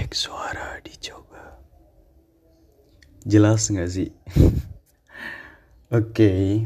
Cek suara dicoba. Jelas gak sih? Oke,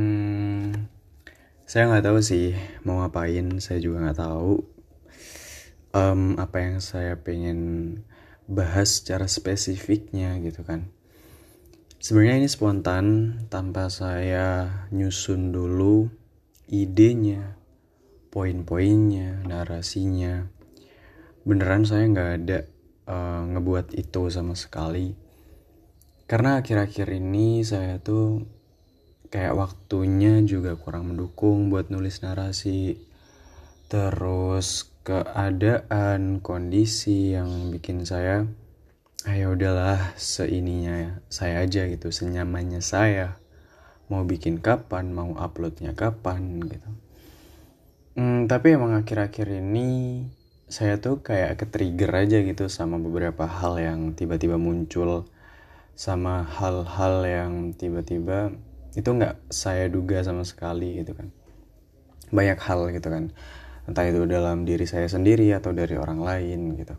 saya gak tahu sih mau ngapain. Saya juga gak tahu apa yang saya pengen bahas secara spesifiknya gitu kan. Sebenarnya ini spontan, tanpa saya nyusun dulu idenya, poin-poinnya, narasinya. Beneran saya gak ada ngebuat itu sama sekali. Karena akhir-akhir ini saya tuh kayak waktunya juga kurang mendukung buat nulis narasi. Terus keadaan, kondisi yang bikin saya ayo udahlah seininya saya aja gitu, senyamannya saya. Mau bikin kapan, mau uploadnya kapan gitu. Tapi emang akhir-akhir ini saya tuh kayak ke-trigger aja gitu sama beberapa hal yang tiba-tiba muncul, sama hal-hal yang tiba-tiba itu gak saya duga sama sekali gitu kan. Banyak hal gitu kan, entah itu dalam diri saya sendiri atau dari orang lain gitu.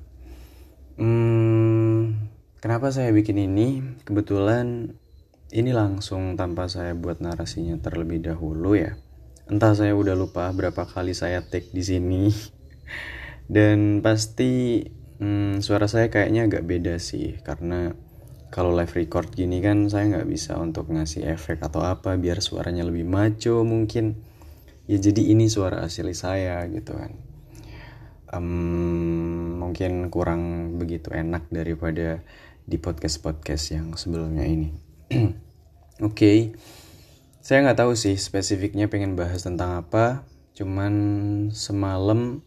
Kenapa saya bikin ini? Kebetulan ini langsung tanpa saya buat narasinya terlebih dahulu ya. Entah saya udah lupa berapa kali saya take di sini. Dan pasti suara saya kayaknya agak beda sih, karena kalau live record gini kan saya nggak bisa untuk ngasih efek atau apa biar suaranya lebih maco mungkin. Ya jadi ini suara asli saya gitu kan. Mungkin kurang begitu enak daripada di podcast-podcast yang sebelumnya ini. Oke. Saya nggak tahu sih spesifiknya pengen bahas tentang apa. Cuman semalam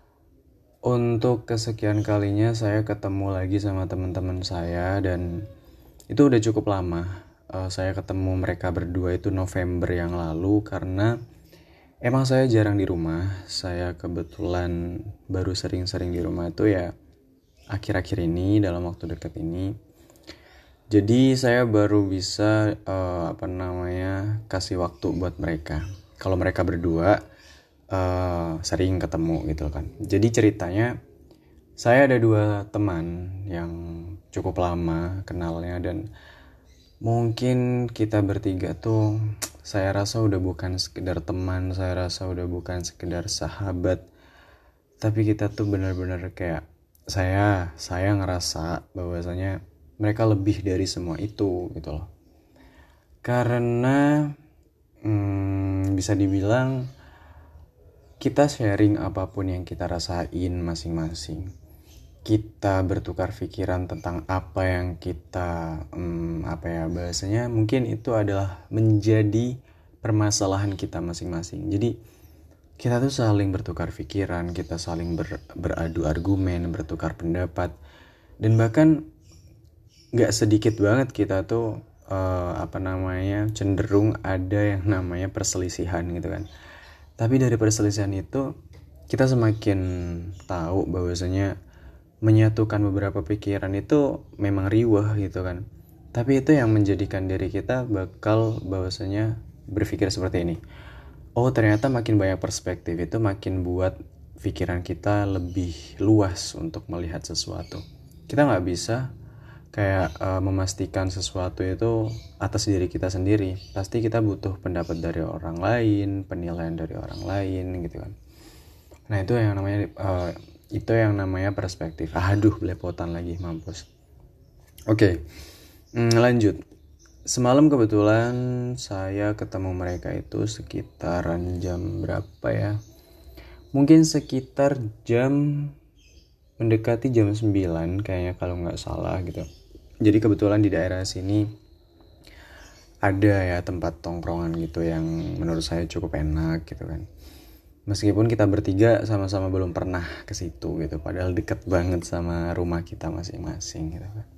untuk kesekian kalinya saya ketemu lagi sama teman-teman saya, dan itu udah cukup lama. Saya ketemu mereka berdua itu November yang lalu, karena emang saya jarang di rumah. Saya kebetulan baru sering-sering di rumah itu ya akhir-akhir ini, dalam waktu dekat ini. Jadi saya baru bisa kasih waktu buat mereka. Kalau mereka berdua sering ketemu gitu kan. Jadi ceritanya saya ada 2 teman yang cukup lama kenalnya, dan mungkin kita bertiga tuh saya rasa udah bukan sekedar teman, saya rasa udah bukan sekedar sahabat, tapi kita tuh benar-benar kayak saya ngerasa bahwasanya mereka lebih dari semua itu gitu loh. Karena bisa dibilang kita sharing apapun yang kita rasain masing-masing. Kita bertukar pikiran tentang apa yang kita bahasanya mungkin itu adalah menjadi permasalahan kita masing-masing. Jadi kita tuh saling bertukar pikiran, kita saling beradu argumen, bertukar pendapat, dan bahkan gak sedikit banget kita tuh cenderung ada yang namanya perselisihan gitu kan. Tapi dari perselisihan itu kita semakin tahu bahwasanya menyatukan beberapa pikiran itu memang riwah gitu kan. Tapi itu yang menjadikan diri kita bakal bahwasanya berpikir seperti ini. Oh, ternyata makin banyak perspektif itu makin buat pikiran kita lebih luas untuk melihat sesuatu. Kita gak bisa kayak memastikan sesuatu itu atas diri kita sendiri. Pasti kita butuh pendapat dari orang lain, penilaian dari orang lain gitu kan. Nah itu yang namanya perspektif. Aduh, belepotan lagi, mampus. Oke, lanjut. Semalam kebetulan saya ketemu mereka itu sekitaran jam berapa ya? Mungkin sekitar jam mendekati jam 9 kayaknya kalau nggak salah gitu. Jadi kebetulan di daerah sini ada ya tempat tongkrongan gitu yang menurut saya cukup enak gitu kan. Meskipun kita bertiga sama-sama belum pernah ke situ gitu, padahal dekat banget sama rumah kita masing-masing gitu kan.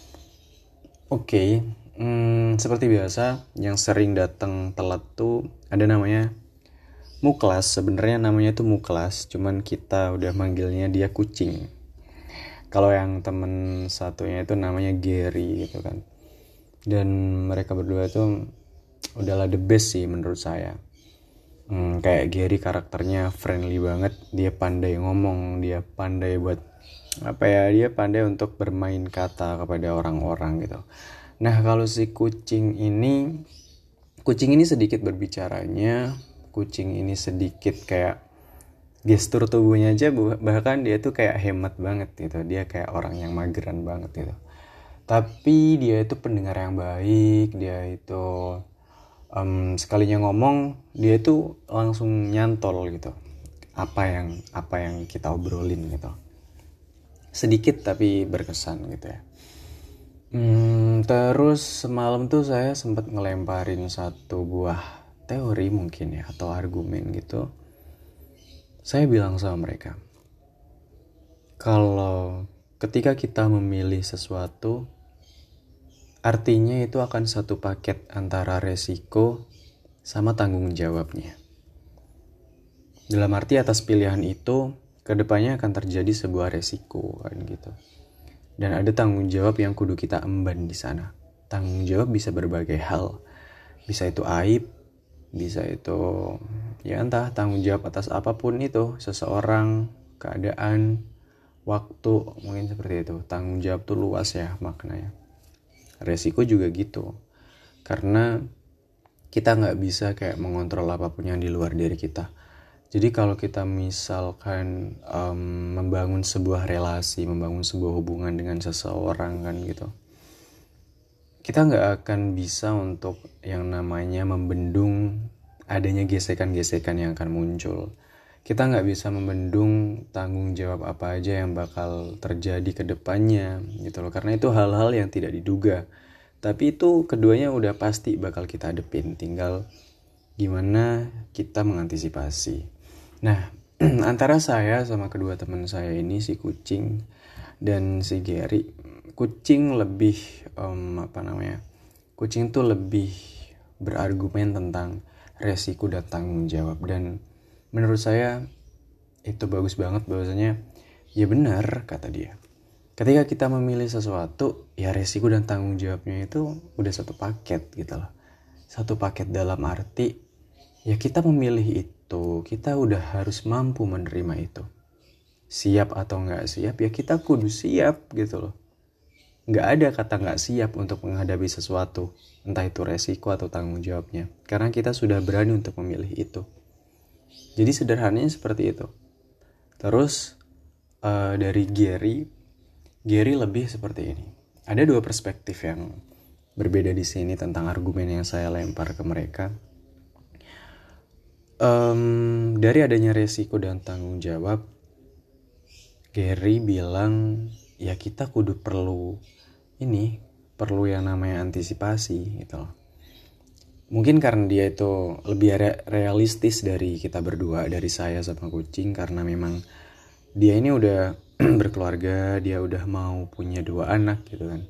Oke, seperti biasa yang sering datang telat tuh ada namanya Muklas. Sebenarnya namanya tuh Muklas, cuman kita udah manggilnya dia kucing. Kalau yang temen satunya itu namanya Gary gitu kan. Dan mereka berdua itu udahlah the best sih menurut saya. Kayak Gary karakternya friendly banget, dia pandai ngomong, dia pandai buat dia pandai untuk bermain kata kepada orang-orang gitu. Nah kalau si kucing ini sedikit berbicaranya, kucing ini sedikit kayak gestur tubuhnya aja, bahkan dia tuh kayak hemat banget gitu, dia kayak orang yang mageran banget gitu. Tapi dia itu pendengar yang baik, dia itu sekalinya ngomong dia itu langsung nyantol gitu apa yang kita obrolin gitu, sedikit tapi berkesan gitu ya. Terus semalam tuh saya sempat ngelemparin satu buah teori mungkin ya, atau argumen gitu. Saya bilang sama mereka, kalau ketika kita memilih sesuatu, artinya itu akan satu paket antara resiko sama tanggung jawabnya. Dalam arti atas pilihan itu, kedepannya akan terjadi sebuah resiko kan gitu. Dan ada tanggung jawab yang kudu kita emban di sana. Tanggung jawab bisa berbagai hal. Bisa itu aib, bisa itu ya entah tanggung jawab atas apapun itu, seseorang, keadaan, waktu, mungkin seperti itu. Tanggung jawab tuh luas ya maknanya. Resiko juga gitu. Karena kita nggak bisa kayak mengontrol apapun yang di luar diri kita. Jadi kalau kita misalkan membangun sebuah relasi, membangun sebuah hubungan dengan seseorang kan gitu, kita nggak akan bisa untuk yang namanya membendung adanya gesekan-gesekan yang akan muncul. Kita nggak bisa membendung tanggung jawab apa aja yang bakal terjadi ke depannya gitu loh. Karena itu hal-hal yang tidak diduga. Tapi itu keduanya udah pasti bakal kita hadepin. Tinggal gimana kita mengantisipasi. Nah, antara saya sama kedua teman saya ini, si kucing dan si Gary, kucing lebih kucing tuh lebih berargumen tentang resiko dan tanggung jawab. Dan menurut saya itu bagus banget, bahwasanya ya benar kata dia. Ketika kita memilih sesuatu, ya resiko dan tanggung jawabnya itu udah satu paket gitu loh. Satu paket dalam arti ya kita memilih itu, kita udah harus mampu menerima itu. Siap atau nggak siap, ya kita kudu siap gitu loh. Nggak ada kata nggak siap untuk menghadapi sesuatu, entah itu resiko atau tanggung jawabnya. Karena kita sudah berani untuk memilih itu. Jadi sederhananya seperti itu. Terus dari Gary lebih seperti ini. Ada dua perspektif yang berbeda di sini tentang argumen yang saya lempar ke mereka. Dari adanya resiko dan tanggung jawab, Gary bilang ya kita kudu perlu yang namanya antisipasi gitu loh. Mungkin karena dia itu lebih realistis dari kita berdua, dari saya sama kucing, karena memang dia ini udah berkeluarga, dia udah mau punya 2 anak gitu kan.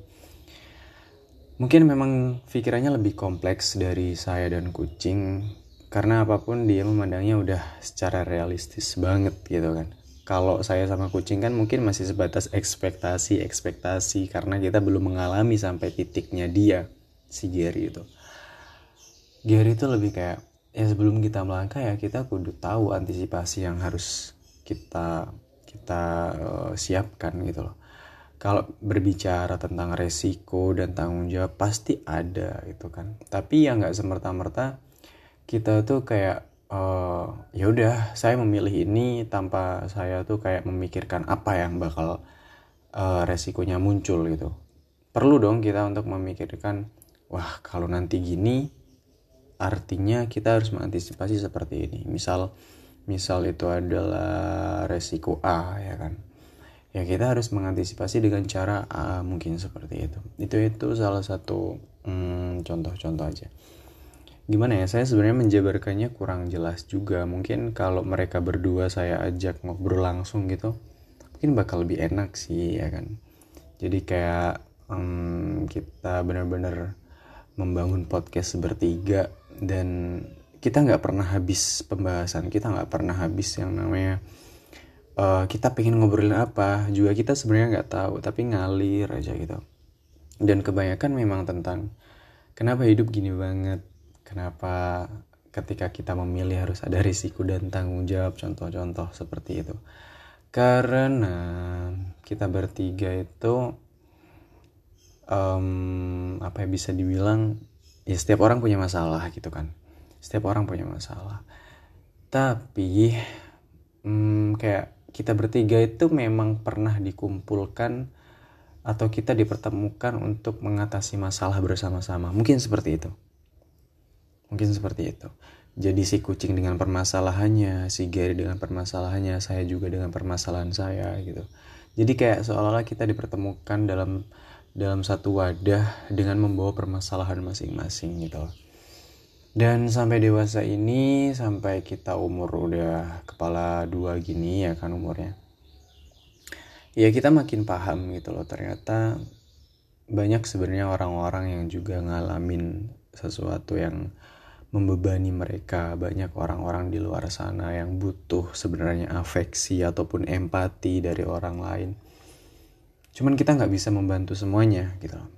Mungkin memang pikirannya lebih kompleks dari saya dan kucing, karena apapun dia memandangnya udah secara realistis banget gitu kan. Kalau saya sama kucing kan mungkin masih sebatas ekspektasi karena kita belum mengalami sampai titiknya dia, si Gary itu. Gary itu lebih kayak ya sebelum kita melangkah ya kita kudu tahu antisipasi yang harus kita siapkan gitu loh. Kalau berbicara tentang resiko dan tanggung jawab pasti ada gitu kan. Tapi ya nggak semerta-merta kita tuh kayak ya udah saya memilih ini tanpa saya tuh kayak memikirkan apa yang bakal resikonya muncul gitu. Perlu dong kita untuk memikirkan, wah kalau nanti gini artinya kita harus mengantisipasi seperti ini. Misal itu adalah resiko A ya kan. Ya kita harus mengantisipasi dengan cara A, mungkin seperti itu. Itu salah satu contoh-contoh aja. Gimana ya, saya sebenarnya menjabarkannya kurang jelas juga. Mungkin kalau mereka berdua saya ajak ngobrol langsung gitu, mungkin bakal lebih enak sih ya kan. Jadi kayak kita benar-benar membangun podcast bertiga dan kita nggak pernah habis pembahasan, kita nggak pernah habis yang namanya kita pengen ngobrolin apa juga kita sebenarnya nggak tahu, tapi ngalir aja gitu. Dan kebanyakan memang tentang kenapa hidup gini banget, kenapa ketika kita memilih harus ada risiko dan tanggung jawab, contoh-contoh seperti itu. Karena kita bertiga itu bisa dibilang ya setiap orang punya masalah gitu kan. Setiap orang punya masalah. Tapi kayak kita bertiga itu memang pernah dikumpulkan atau kita dipertemukan untuk mengatasi masalah bersama-sama. Mungkin seperti itu. Jadi si kucing dengan permasalahannya, si Gary dengan permasalahannya, saya juga dengan permasalahan saya gitu. Jadi kayak seolah-olah kita dipertemukan dalam satu wadah dengan membawa permasalahan masing-masing gitu. Dan sampai dewasa ini, sampai kita umur udah kepala 2 gini ya kan umurnya. Ya kita makin paham gitu loh, ternyata banyak sebenarnya orang-orang yang juga ngalamin sesuatu yang membebani mereka. Banyak orang-orang di luar sana yang butuh sebenarnya afeksi ataupun empati dari orang lain. Cuman kita gak bisa membantu semuanya gitu loh.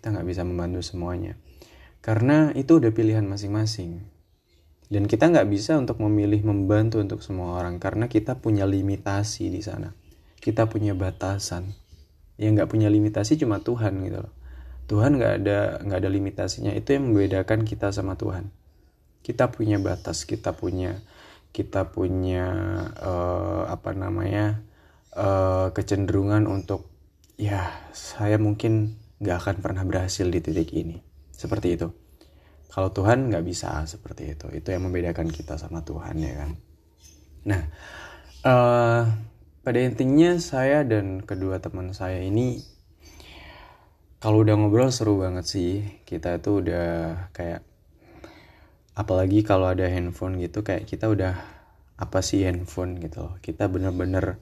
Karena itu udah pilihan masing-masing. Dan kita gak bisa untuk memilih membantu untuk semua orang. Karena kita punya limitasi di sana. Kita punya batasan. Yang gak punya limitasi cuma Tuhan gitu loh. Tuhan gak ada limitasinya. Itu yang membedakan kita sama Tuhan. Kita punya batas, kita punya kecenderungan untuk ya saya mungkin gak akan pernah berhasil di titik ini. Seperti itu. Kalau Tuhan gak bisa seperti itu. Itu yang membedakan kita sama Tuhan ya kan. Nah, pada intinya saya dan kedua teman saya ini kalau udah ngobrol seru banget sih. Kita tuh udah kayak, apalagi kalau ada handphone gitu, kayak kita udah apa sih handphone gitu loh. Kita bener-bener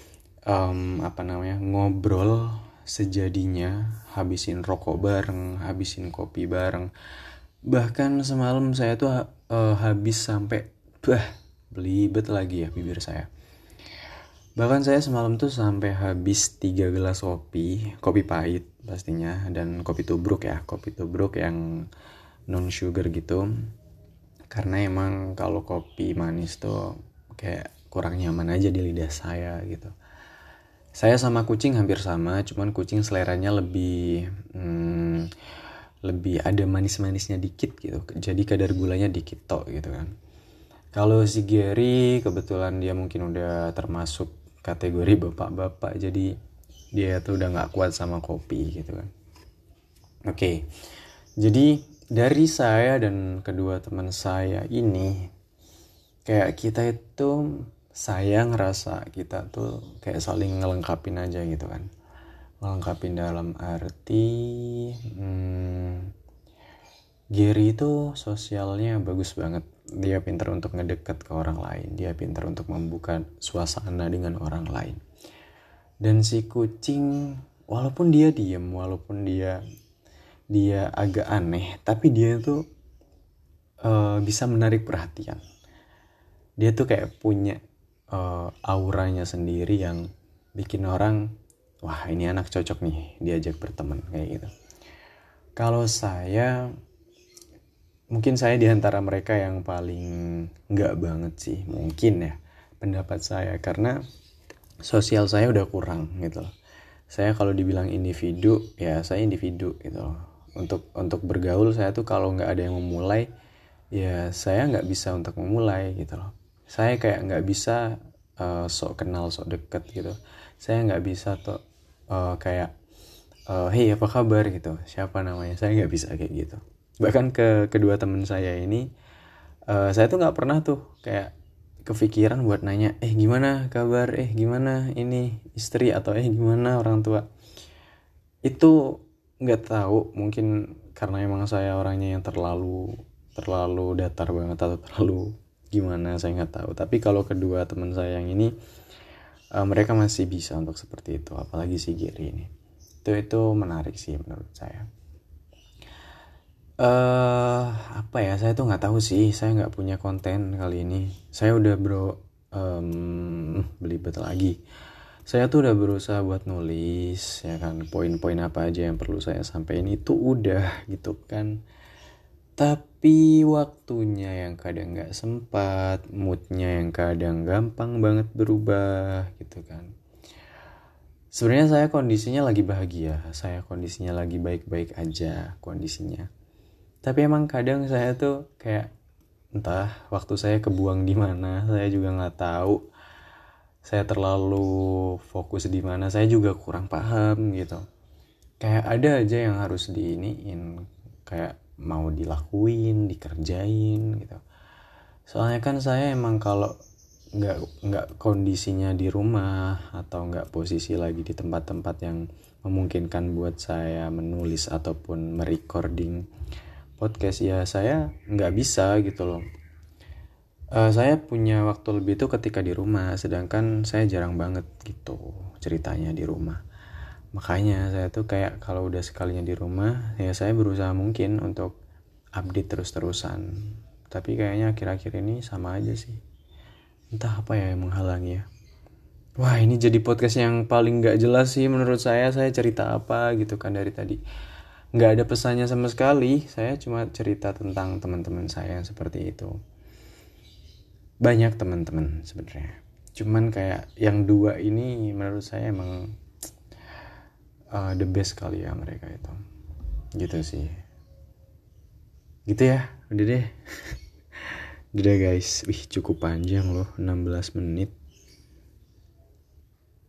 ngobrol sejadinya, habisin rokok bareng, habisin kopi bareng. Bahkan semalam saya tuh habis sampai belibet lagi ya bibir saya. Bahkan saya semalam tuh sampai habis 3 gelas kopi pahit pastinya, dan kopi tubruk yang non sugar gitu. Karena emang kalau kopi manis tuh kayak kurang nyaman aja di lidah saya gitu. Saya sama kucing hampir sama, cuman kucing seleranya lebih ada manis-manisnya dikit gitu. Jadi kadar gulanya dikit tok gitu kan. Kalau si Gary kebetulan dia mungkin udah termasuk kategori bapak-bapak, jadi dia tuh udah gak kuat sama kopi gitu kan. Oke. Jadi dari saya dan kedua teman saya ini, kayak kita itu, saya ngerasa kita tuh kayak saling ngelengkapin aja gitu kan. Ngelengkapin dalam arti Gary itu sosialnya bagus banget. Dia pintar untuk ngedeket ke orang lain. Dia pintar untuk membuka suasana dengan orang lain. Dan si kucing, walaupun dia diem, walaupun dia agak aneh, tapi dia tuh bisa menarik perhatian. Dia tuh kayak punya auranya sendiri yang bikin orang, wah ini anak cocok nih diajak berteman kayak gitu. Kalau saya, mungkin saya di antara mereka yang paling enggak banget sih, mungkin ya pendapat saya, karena sosial saya udah kurang gitu loh. Saya kalau dibilang individu, ya saya individu gitu loh. Untuk bergaul saya tuh kalau nggak ada yang memulai, ya saya nggak bisa untuk memulai gitu loh. Saya kayak nggak bisa sok kenal, sok deket gitu. Saya nggak bisa tuh kayak hey apa kabar gitu, siapa namanya, saya nggak bisa kayak gitu. Bahkan kedua teman saya ini, saya tuh nggak pernah tuh kayak kepikiran buat nanya, gimana kabar, gimana ini istri, atau gimana orang tua. Itu nggak tahu, mungkin karena emang saya orangnya yang terlalu datar banget atau terlalu gimana, saya nggak tahu. Tapi kalau kedua teman saya yang ini, mereka masih bisa untuk seperti itu, apalagi si Gary ini. Itu menarik sih menurut saya. Saya tuh nggak tahu sih, saya nggak punya konten kali ini. Saya udah belibet lagi. Saya tuh udah berusaha buat nulis ya kan, poin-poin apa aja yang perlu saya sampaikan itu udah gitu kan. Tapi tapi waktunya yang kadang gak sempat, moodnya yang kadang gampang banget berubah gitu kan. Sebenarnya saya kondisinya lagi bahagia, saya kondisinya lagi baik-baik aja kondisinya. Tapi emang kadang saya tuh kayak entah waktu saya kebuang di mana, saya juga nggak tahu. Saya terlalu fokus di mana, saya juga kurang paham gitu. Kayak ada aja yang harus diiniin, kayak mau dilakuin, dikerjain gitu. Soalnya kan saya emang kalau nggak kondisinya di rumah atau nggak posisi lagi di tempat-tempat yang memungkinkan buat saya menulis ataupun merecording podcast, ya saya nggak bisa gitu loh. Saya punya waktu lebih itu ketika di rumah, sedangkan saya jarang banget gitu ceritanya di rumah. Makanya saya tuh kayak kalau udah sekalinya di rumah, ya saya berusaha mungkin untuk update terus-terusan. Tapi kayaknya akhir-akhir ini sama aja sih. Entah apa ya yang menghalangi ya. Wah, ini jadi podcast yang paling gak jelas sih menurut saya. Saya cerita apa gitu kan dari tadi. Gak ada pesannya sama sekali. Saya cuma cerita tentang teman-teman saya yang seperti itu. Banyak teman-teman sebenarnya. Cuman kayak yang dua ini menurut saya emang the best kali ya mereka itu. Gitu sih. Gitu ya, udah deh. Udah guys, cukup panjang loh, 16 menit.